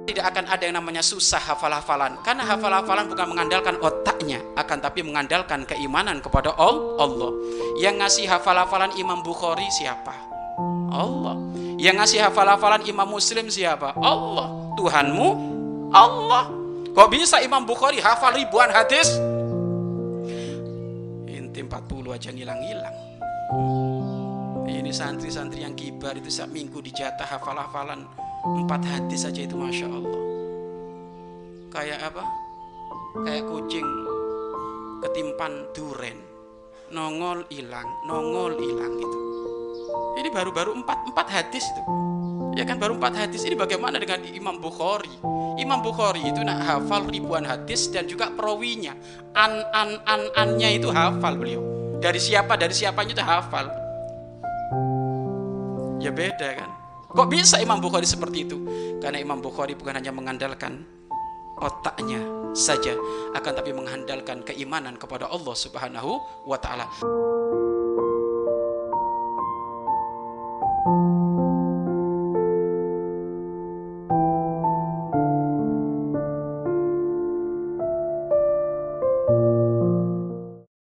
tidak akan ada yang namanya susah hafal-hafalan, karena hafal-hafalan bukan mengandalkan otaknya, akan tapi mengandalkan keimanan kepada Allah. Yang ngasih hafal-hafalan Imam Bukhari siapa? Allah. Yang ngasih hafal-hafalan Imam Muslim siapa? Allah. Tuhanmu Allah. Kok bisa Imam Bukhari hafal ribuan hadis? Inti 40 aja ngilang-ngilang. Ini santri-santri yang kibar itu setiap minggu dijatah hafal-hafalan 4 hadis saja itu, Masya Allah. Kayak apa? Kayak kucing ketimpan duren, nongol hilang gitu. Ini baru 4 hadis itu. Ya kan, baru 4 hadis. Ini bagaimana dengan Imam Bukhari? Imam Bukhari itu nak hafal ribuan hadis dan juga perawinya. Annya itu hafal beliau. Dari siapanya itu hafal. Ya beda kan. Kok bisa Imam Bukhari seperti itu? Karena Imam Bukhari bukan hanya mengandalkan otaknya saja, akan tapi mengandalkan keimanan kepada Allah Subhanahu wa ta'ala.